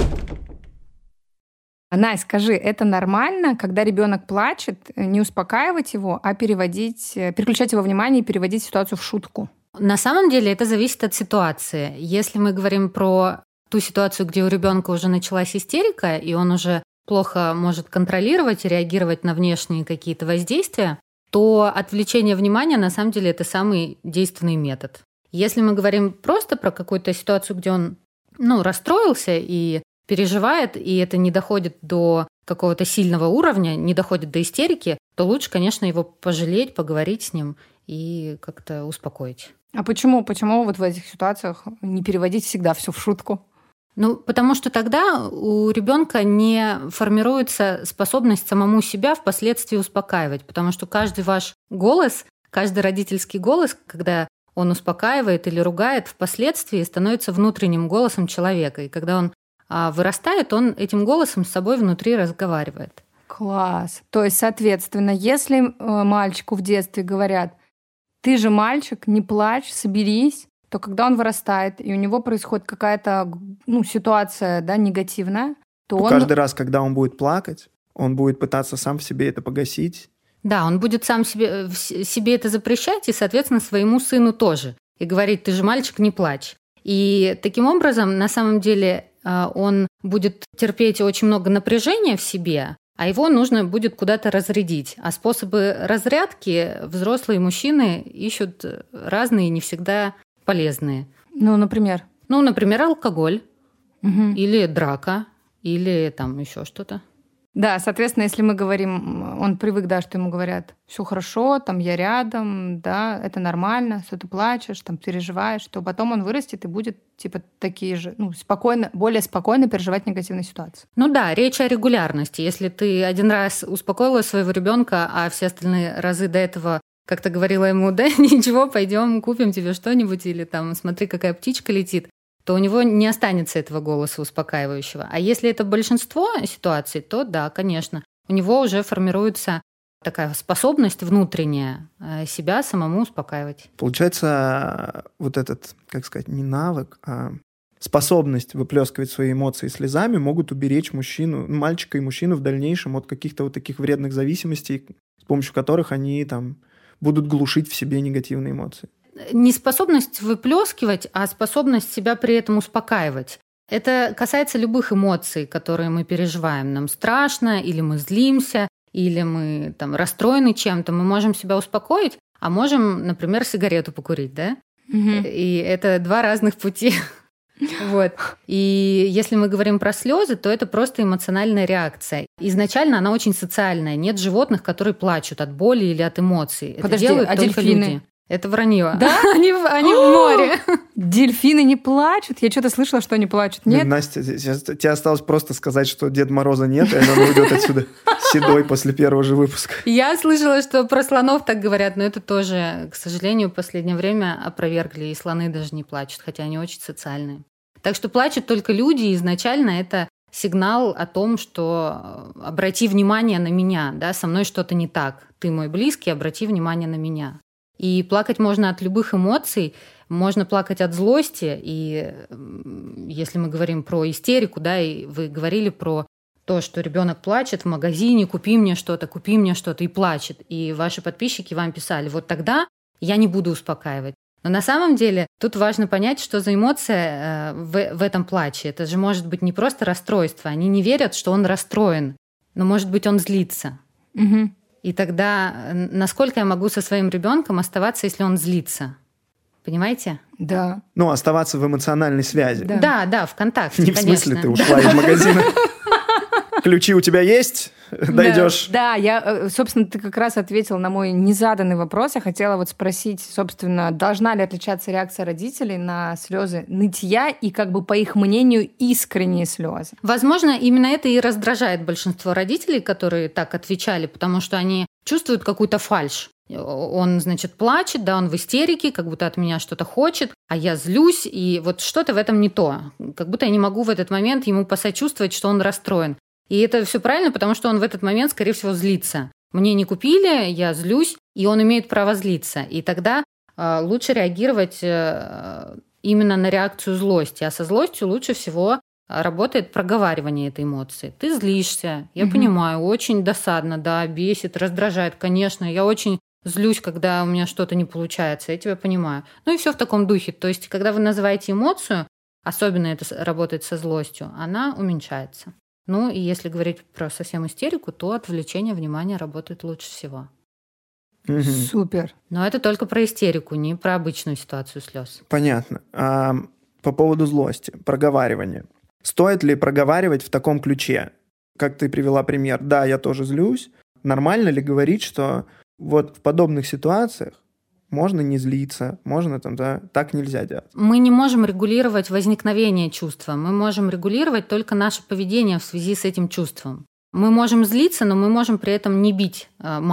Настя, скажи, это нормально, когда ребенок плачет, не успокаивать его, а переключать его внимание и переводить ситуацию в шутку? На самом деле это зависит от ситуации. Если мы говорим про ту ситуацию, где у ребенка уже началась истерика, и он уже плохо может контролировать и реагировать на внешние какие-то воздействия, то отвлечение внимания на самом деле это самый действенный метод. Если мы говорим просто про какую-то ситуацию, где он расстроился и переживает, и это не доходит до какого-то сильного уровня, не доходит до истерики, то лучше, конечно, его пожалеть, поговорить с ним и как-то успокоить. А почему? Почему вот в этих ситуациях не переводить всегда все в шутку? Потому что тогда у ребенка не формируется способность самому себя впоследствии успокаивать, потому что каждый ваш голос, каждый родительский голос, когда он успокаивает или ругает, впоследствии становится внутренним голосом человека. И когда он вырастает, он этим голосом с собой внутри разговаривает. Класс. То есть, соответственно, если мальчику в детстве говорят: ты же мальчик, не плачь, соберись, то когда он вырастает, и у него происходит какая-то ситуация, да, негативная, то он... Каждый раз, когда он будет плакать, он будет пытаться сам в себе это погасить. Да, он будет сам себе это запрещать, и, соответственно, своему сыну тоже. И говорить: ты же мальчик, не плачь. И таким образом, на самом деле, он будет терпеть очень много напряжения в себе, а его нужно будет куда-то разрядить. А способы разрядки взрослые мужчины ищут разные, не всегда полезные. Например? Например, алкоголь, или драка, или там еще что-то. Да, соответственно, если мы говорим, он привык, да, что ему говорят: все хорошо, там я рядом, да, это нормально, что ты плачешь, там переживаешь, то потом он вырастет и будет типа такие же, более спокойно переживать негативные ситуации. Да, речь о регулярности. Если ты один раз успокоила своего ребенка, а все остальные разы до этого как-то говорила ему: да ничего, пойдем купим тебе что-нибудь, или там смотри, какая птичка летит, то у него не останется этого голоса успокаивающего. А если это большинство ситуаций, то да, конечно, у него уже формируется такая способность внутренняя себя самому успокаивать. Получается, вот этот, как сказать, не навык, а способность выплескивать свои эмоции слезами могут уберечь мальчика и мужчину в дальнейшем от каких-то вот таких вредных зависимостей, с помощью которых они там будут глушить в себе негативные эмоции. Не способность выплескивать, а способность себя при этом успокаивать. Это касается любых эмоций, которые мы переживаем. Нам страшно, или мы злимся, или мы там расстроены чем-то. Мы можем себя успокоить, а можем, например, сигарету покурить, да? И это два разных пути. Вот. И если мы говорим про слезы, то это просто эмоциональная реакция. Изначально она очень социальная. Нет животных, которые плачут от боли или от эмоций. Подожди, это делают а только дельфины? люди. Это вранье. Да? Они в море. Дельфины не плачут? Я что-то слышала, что они плачут. Нет? Настя, тебе осталось просто сказать, что Деда Мороза нет, и он уйдет отсюда седой после первого же выпуска. Я слышала, что про слонов так говорят, но это тоже, к сожалению, в последнее время опровергли, и слоны даже не плачут, хотя они очень социальные. Так что плачут только люди, и изначально это сигнал о том, что обрати внимание на меня, да, со мной что-то не так. Ты мой близкий, обрати внимание на меня. И плакать можно от любых эмоций, можно плакать от злости, и если мы говорим про истерику, да, и вы говорили про то, что ребенок плачет в магазине: купи мне что-то, и плачет. И ваши подписчики вам писали: вот тогда я не буду успокаивать. Но на самом деле тут важно понять, что за эмоция в этом плаче. Это же может быть не просто расстройство. Они не верят, что он расстроен, но, может быть, он злится. Угу. И тогда насколько я могу со своим ребенком оставаться, если он злится? Понимаете? Да. Оставаться в эмоциональной связи. Да, в контакте, Не конечно. в смысле ты ушла из магазина. Ключи у тебя есть? Дойдешь? Да, я, собственно, ты как раз ответила на мой незаданный вопрос. Я хотела спросить, собственно, должна ли отличаться реакция родителей на слезы нытья и, по их мнению, искренние слезы? Возможно, именно это и раздражает большинство родителей, которые так отвечали, потому что они чувствуют какую-то фальшь. Он, плачет, да, он в истерике, как будто от меня что-то хочет, а я злюсь, и вот что-то в этом не то. Как будто я не могу в этот момент ему посочувствовать, что он расстроен. И это все правильно, потому что он в этот момент, скорее всего, злится. Мне не купили, я злюсь, и он имеет право злиться. И тогда лучше реагировать именно на реакцию злости. А со злостью лучше всего работает проговаривание этой эмоции. Ты злишься, я понимаю, очень досадно, да, бесит, раздражает, конечно. Я очень злюсь, когда у меня что-то не получается, я тебя понимаю. И все в таком духе. То есть, когда вы называете эмоцию, особенно это работает со злостью, она уменьшается. И если говорить про совсем истерику, то отвлечение внимания работает лучше всего. Супер. Но это только про истерику, не про обычную ситуацию слез. Понятно. А по поводу злости, проговаривания. Стоит ли проговаривать в таком ключе? Как ты привела пример, да, я тоже злюсь. Нормально ли говорить, что вот в подобных ситуациях можно не злиться, можно так нельзя делать? Мы не можем регулировать возникновение чувства. Мы можем регулировать только наше поведение в связи с этим чувством. Мы можем злиться, но мы можем при этом не бить маму.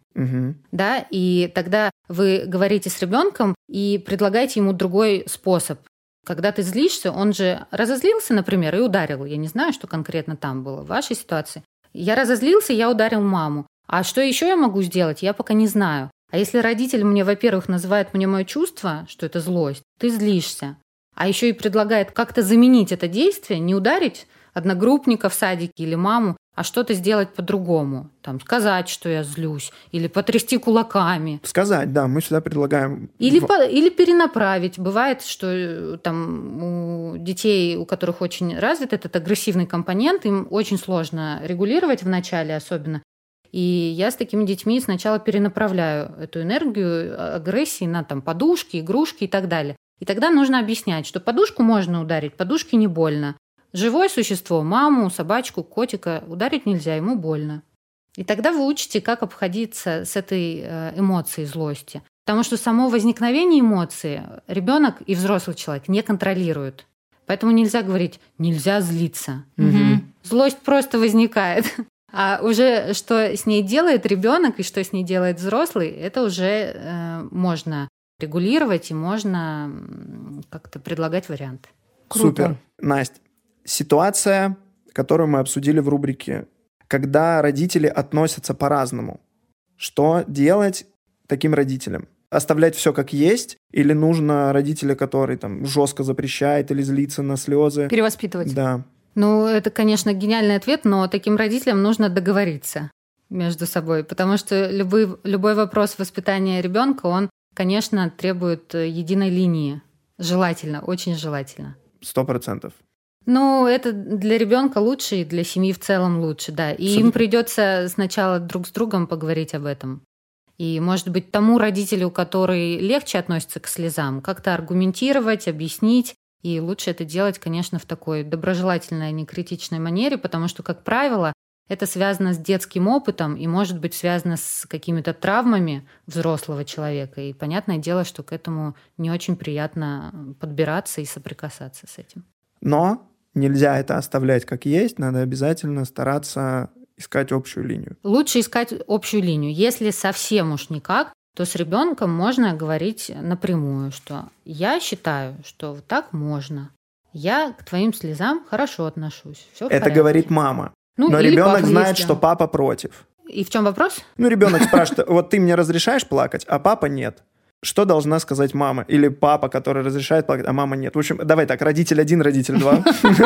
Да, и тогда вы говорите с ребенком и предлагаете ему другой способ. Когда ты злишься, он же разозлился, например, и ударил. Я не знаю, что конкретно там было в вашей ситуации. Я разозлился, я ударил маму. А что еще я могу сделать, я пока не знаю. А если родитель мне, во-первых, называет мне мое чувство, что это злость, ты злишься, а еще и предлагает как-то заменить это действие, не ударить одногруппника в садике или маму, а что-то сделать по-другому. Там, сказать, что я злюсь, или потрясти кулаками. Сказать, да, мы сюда предлагаем... Или перенаправить. Бывает, что там у детей, у которых очень развит этот агрессивный компонент, им очень сложно регулировать в начале особенно. И я с такими детьми сначала перенаправляю эту энергию агрессии на там, подушки, игрушки и так далее. И тогда нужно объяснять, что подушку можно ударить, подушке не больно. Живое существо, маму, собачку, котика ударить нельзя, ему больно. И тогда вы учите, как обходиться с этой эмоцией злости. Потому что само возникновение эмоции ребенок и взрослый человек не контролируют. Поэтому нельзя говорить «нельзя злиться». Злость просто возникает. А уже что с ней делает ребенок и что с ней делает взрослый, это уже можно регулировать и можно как-то предлагать варианты. Супер. Настя, ситуация, которую мы обсудили в рубрике, когда родители относятся по-разному. Что делать таким родителям? Оставлять все как есть? Или нужно родителя, который там жестко запрещает или злится на слезы? Перевоспитывать. Да. Ну, это, конечно, гениальный ответ, но таким родителям нужно договориться между собой, потому что любой вопрос воспитания ребенка, он, конечно, требует единой линии. Желательно, очень желательно. 100%. Ну, это для ребенка лучше и для семьи в целом лучше, да. И им придется сначала друг с другом поговорить об этом. И, может быть, тому родителю, который легче относится к слезам, как-то аргументировать, объяснить. И лучше это делать, конечно, в такой доброжелательной, а не критичной манере, потому что, как правило, это связано с детским опытом и, может быть, связано с какими-то травмами взрослого человека. И понятное дело, что к этому не очень приятно подбираться и соприкасаться с этим. Но нельзя это оставлять как есть, надо обязательно стараться искать общую линию. Лучше искать общую линию. Если совсем уж никак, то с ребенком можно говорить напрямую, что я считаю, что вот так можно. Я к твоим слезам хорошо отношусь. Всё в Это порядке. говорит мама. Ну, но или ребенок папа, знает, если что он. папа против. И в чем вопрос? Ну, ребенок спрашивает, вот ты мне разрешаешь плакать, а папа нет. Что должна сказать мама? Или папа, который разрешает плакать, а мама нет. В общем, давай так, родитель 1, родитель 2.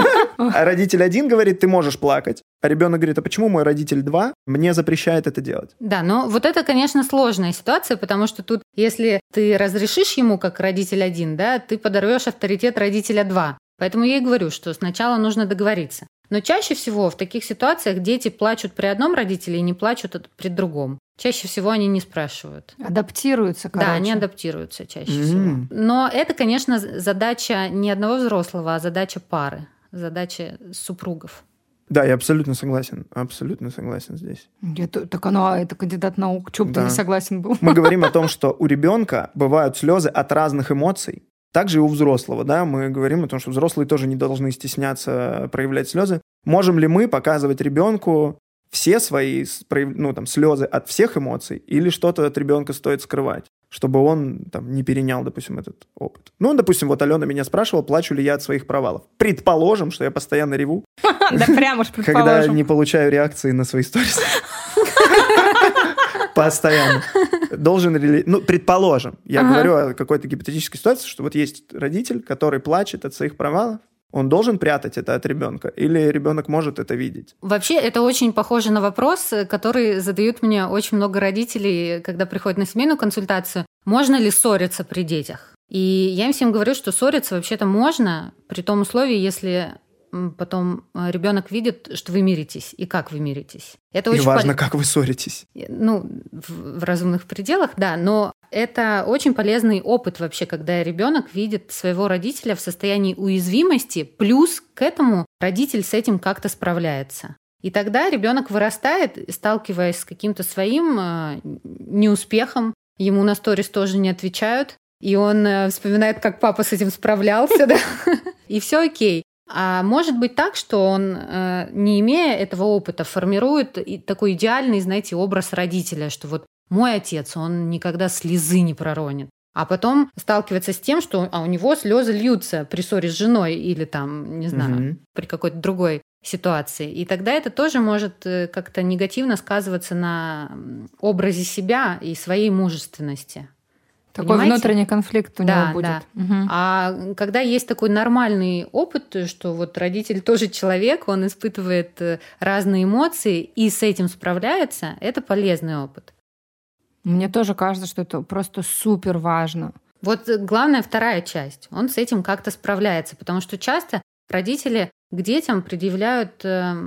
А родитель 1 говорит, ты можешь плакать. А ребенок говорит, а почему мой родитель 2 мне запрещает это делать? Да, но вот это, конечно, сложная ситуация, потому что тут, если ты разрешишь ему как родитель 1, да, ты подорвешь авторитет родителя 2. Поэтому я и говорю, что сначала нужно договориться. Но чаще всего в таких ситуациях дети плачут при одном родителе и не плачут при другом. Чаще всего они не спрашивают. Адаптируются, короче. Да, они адаптируются чаще всего. Но это, конечно, задача не одного взрослого, а задача пары, задача супругов. Да, я абсолютно согласен здесь. Это кандидат наук. Чего бы ты не согласен был? Мы говорим о том, что у ребенка бывают слезы от разных эмоций. Также и у взрослого, да, мы говорим о том, что взрослые тоже не должны стесняться проявлять слезы. Можем ли мы показывать ребенку все свои слезы от всех эмоций, или что-то от ребенка стоит скрывать, чтобы он не перенял, допустим, этот опыт? Ну, допустим, вот Алена меня спрашивала, плачу ли я от своих провалов. Предположим, что я постоянно реву. Да прям уж предположим. Когда не получаю реакции на свои сторис. Постоянно. Должен ли... Ну, предположим. Я говорю о какой-то гипотетической ситуации, что вот есть родитель, который плачет от своих провалов. Он должен прятать это от ребенка? Или ребенок может это видеть? Вообще, это очень похоже на вопрос, который задают мне очень много родителей, когда приходят на семейную консультацию. Можно ли ссориться при детях? И я им всем говорю, что ссориться вообще-то можно, при том условии, если потом ребенок видит, что вы миритесь, и как вы миритесь. Это и очень важно, как вы ссоритесь. Ну, в разумных пределах, да, но это очень полезный опыт вообще, когда ребенок видит своего родителя в состоянии уязвимости, плюс к этому родитель с этим как-то справляется. И тогда ребенок вырастает, сталкиваясь с каким-то своим неуспехом, ему на сторис тоже не отвечают, и он вспоминает, как папа с этим справлялся, да, и все окей. А может быть так, что он, не имея этого опыта, формирует такой идеальный, знаете, образ родителя, что вот мой отец, он никогда слезы не проронит. А потом сталкиваться с тем, что у него слезы льются при ссоре с женой или там, не знаю, при какой-то другой ситуации. И тогда это тоже может как-то негативно сказываться на образе себя и своей мужественности. Такой Понимаете? внутренний конфликт у него будет. Да. А когда есть такой нормальный опыт, что вот родитель тоже человек, он испытывает разные эмоции и с этим справляется, это полезный опыт. Мне тоже кажется, что это просто супер важно. Вот главная вторая часть. Он с этим как-то справляется, потому что часто родители к детям предъявляют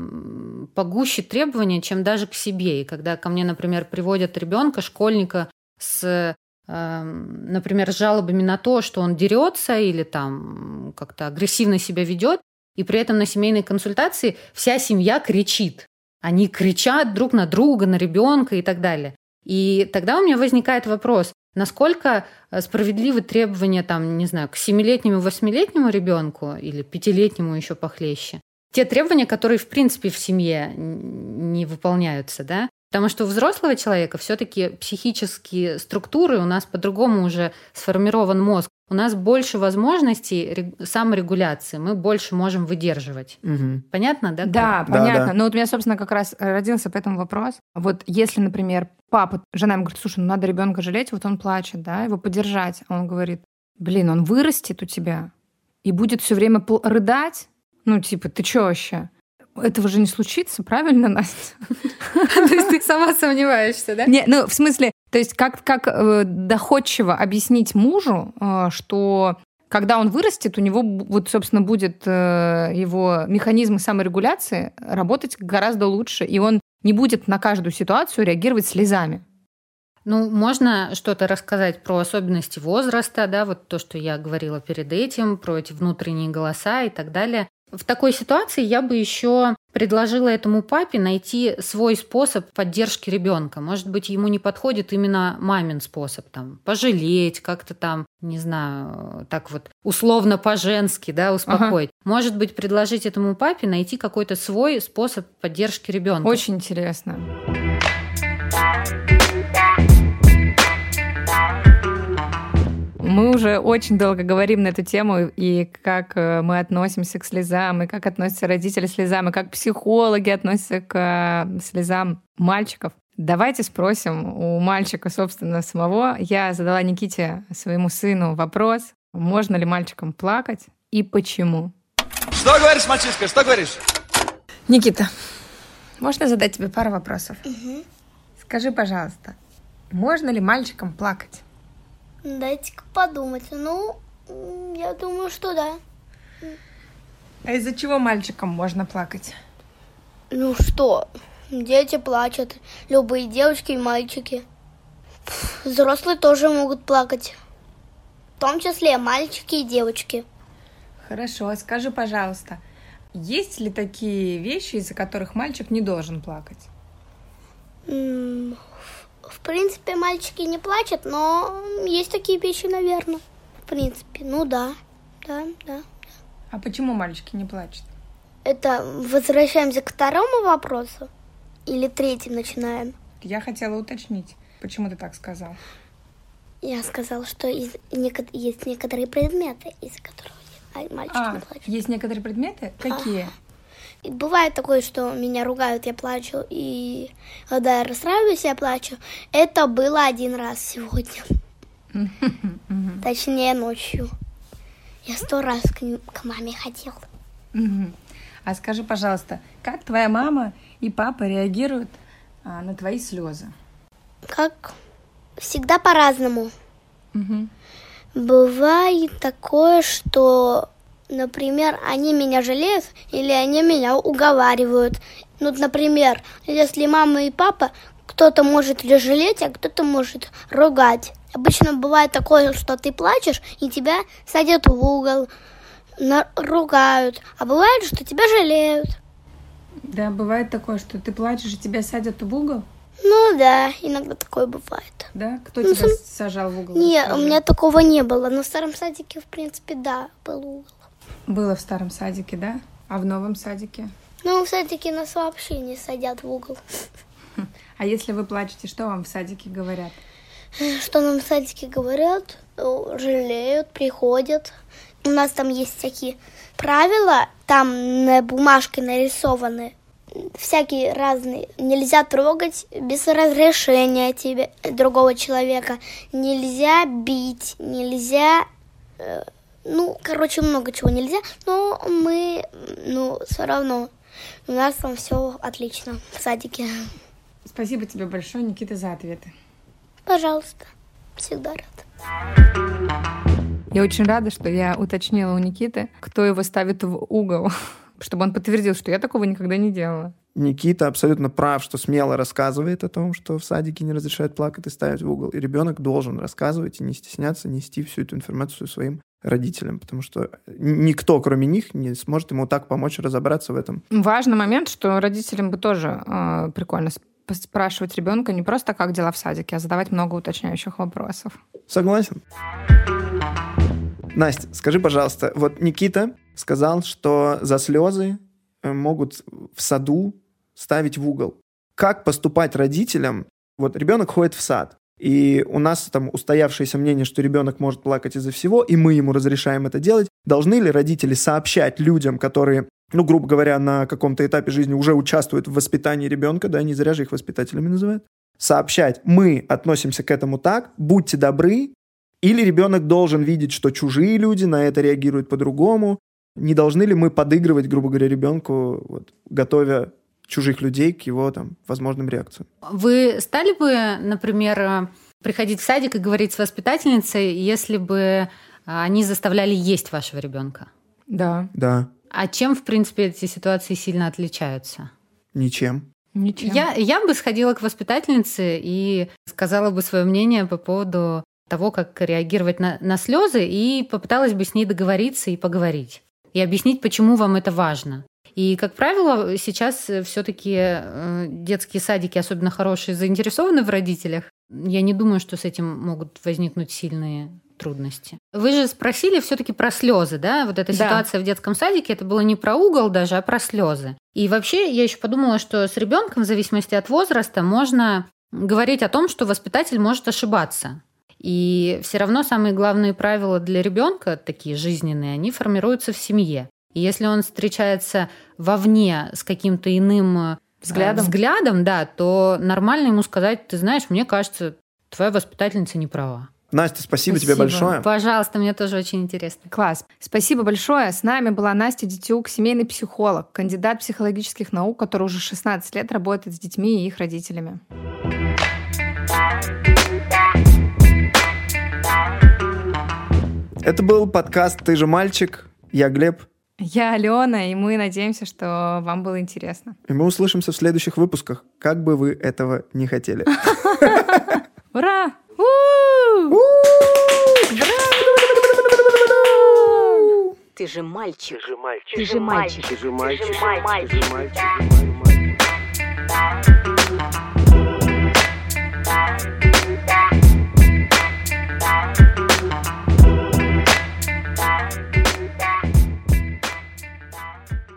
погуще требования, чем даже к себе. И когда ко мне, например, приводят ребенка, школьника с, например, жалобами на то, что он дерется или там как-то агрессивно себя ведет, и при этом на семейной консультации вся семья кричит. Они кричат друг на друга, на ребенка и так далее. И тогда у меня возникает вопрос, насколько справедливы требования, там, не знаю, к 7-летнему, 8-летнему ребенку или 5-летнему еще похлеще. Те требования, которые, в принципе, в семье не выполняются, да? Потому что у взрослого человека все-таки психические структуры, у нас по-другому уже сформирован мозг, у нас больше возможностей саморегуляции, мы больше можем выдерживать. Понятно, да? Да, понятно. Но вот у меня, собственно, как раз родился по этому вопрос. Вот если, например, папа, жена ему говорит, слушай, ну надо ребенка жалеть, вот он плачет, да, его поддержать. А он говорит, он вырастет у тебя и будет все время рыдать. Ну, типа, ты чё вообще? Этого же не случится, правильно, Настя? То есть ты сама сомневаешься, да? Не, ну, в смысле, то есть как доходчиво объяснить мужу, что когда он вырастет, у него, вот, собственно, будет его механизмы саморегуляции работать гораздо лучше, и он не будет на каждую ситуацию реагировать слезами. Ну, можно что-то рассказать про особенности возраста, да, вот то, что я говорила перед этим, про эти внутренние голоса и так далее. В такой ситуации я бы еще предложила этому папе найти свой способ поддержки ребенка. Может быть, ему не подходит именно мамин способ, там, пожалеть, как-то там, не знаю, так вот условно по-женски, да, успокоить. Может быть, предложить этому папе найти какой-то свой способ поддержки ребенка. Очень интересно. Мы уже очень долго говорим на эту тему, и как мы относимся к слезам, и как относятся родители к слезам, и как психологи относятся к слезам мальчиков. Давайте спросим у мальчика, собственно, самого. Я задала Никите, своему сыну, вопрос, можно ли мальчикам плакать и почему. Что говоришь, мальчишка, что говоришь? Никита, можно задать тебе пару вопросов? Скажи, пожалуйста, можно ли мальчикам плакать? Дайте-ка подумать. Ну, я думаю, что да. А из-за чего мальчикам можно плакать? Ну что, дети плачут. Любые девочки и мальчики. Взрослые тоже могут плакать. В том числе мальчики и девочки. Хорошо, скажи, пожалуйста, есть ли такие вещи, из-за которых мальчик не должен плакать? В принципе, мальчики не плачут, но есть такие вещи, наверное. В принципе, ну да. А почему мальчики не плачут? Это возвращаемся к второму вопросу? Или третьим начинаем? Я хотела уточнить, почему ты так сказал? Я сказала, что есть некоторые предметы, из-за которых мальчики не плачут. Есть некоторые предметы? Какие? И бывает такое, что меня ругают, я плачу, и когда я расстраиваюсь, я плачу. Это было один раз сегодня. Точнее, ночью. Я 100 раз к маме ходила. А скажи, пожалуйста, как твоя мама и папа реагируют на твои слезы? Как всегда по-разному. Бывает такое, что, например, они меня жалеют или они меня уговаривают. Ну, например, если мама и папа, кто-то может жалеть, а кто-то может ругать. Обычно бывает такое, что ты плачешь, и тебя садят в угол, ругают. А бывает, что тебя жалеют. Да, бывает такое, что ты плачешь, и тебя садят в угол? Ну да, иногда такое бывает. Да? Кто тебя сажал в угол? Нет, у меня такого не было. Но в старом садике, в принципе, да, был угол. Было в старом садике, да? А в новом садике? Ну, в садике нас вообще не садят в угол. А если вы плачете, что вам в садике говорят? Что нам в садике говорят? Жалеют, приходят. У нас там есть всякие правила, там на бумажке нарисованы всякие разные. Нельзя трогать без разрешения тебе, другого человека. Нельзя бить, нельзя... много чего нельзя. Но мы, все равно, у нас там все отлично в садике. Спасибо тебе большое, Никита, за ответы. Пожалуйста, всегда рад. Я очень рада, что я уточнила у Никиты, кто его ставит в угол, чтобы он подтвердил, что я такого никогда не делала. Никита абсолютно прав, что смело рассказывает о том, что в садике не разрешают плакать и ставить в угол. И ребенок должен рассказывать и не стесняться нести всю эту информацию своим родителям, потому что никто, кроме них, не сможет ему так помочь разобраться в этом. Важный момент, что родителям бы тоже прикольно спрашивать ребенка не просто как дела в садике, а задавать много уточняющих вопросов. Согласен. Настя, скажи, пожалуйста, вот Никита сказал, что за слезы могут в саду ставить в угол. Как поступать родителям? Вот ребенок ходит в сад, и у нас там устоявшееся мнение, что ребенок может плакать из-за всего, и мы ему разрешаем это делать. Должны ли родители сообщать людям, которые, грубо говоря, на каком-то этапе жизни уже участвуют в воспитании ребенка, да, не зря же их воспитателями называют, сообщать: мы относимся к этому так, будьте добры, или ребенок должен видеть, что чужие люди на это реагируют по-другому? Не должны ли мы подыгрывать, грубо говоря, ребенку, готовя чужих людей к его возможным реакциям? Вы стали бы, например, приходить в садик и говорить с воспитательницей, если бы они заставляли есть вашего ребенка? Да. Да. А чем, в принципе, эти ситуации сильно отличаются? Ничем. Я бы сходила к воспитательнице и сказала бы свое мнение по поводу того, как реагировать на слезы, и попыталась бы с ней договориться и поговорить. И объяснить, почему вам это важно. И, как правило, сейчас все-таки детские садики, особенно хорошие, заинтересованы в родителях. Я не думаю, что с этим могут возникнуть сильные трудности. Вы же спросили все-таки про слезы, да? Вот эта ситуация в детском садике, это было не про угол даже, а про слезы. И вообще я еще подумала, что с ребенком, в зависимости от возраста, можно говорить о том, что воспитатель может ошибаться. И все равно самые главные правила для ребенка, такие жизненные, они формируются в семье. И если он встречается вовне с каким-то иным взглядом, да, то нормально ему сказать: ты знаешь, мне кажется, твоя воспитательница не права. Настя, спасибо тебе большое. Пожалуйста, мне тоже очень интересно. Класс. Спасибо большое. С нами была Настя Дитюк, семейный психолог, кандидат психологических наук, который уже 16 лет работает с детьми и их родителями. Это был подкаст «Ты же мальчик». Я Глеб. Я Алена, и мы надеемся, что вам было интересно. И мы услышимся в следующих выпусках, как бы вы этого не хотели. Ура! Ты же мальчик. Ты же мальчик. Ты же мальчик. Ты же мальчик. Ты же мальчик.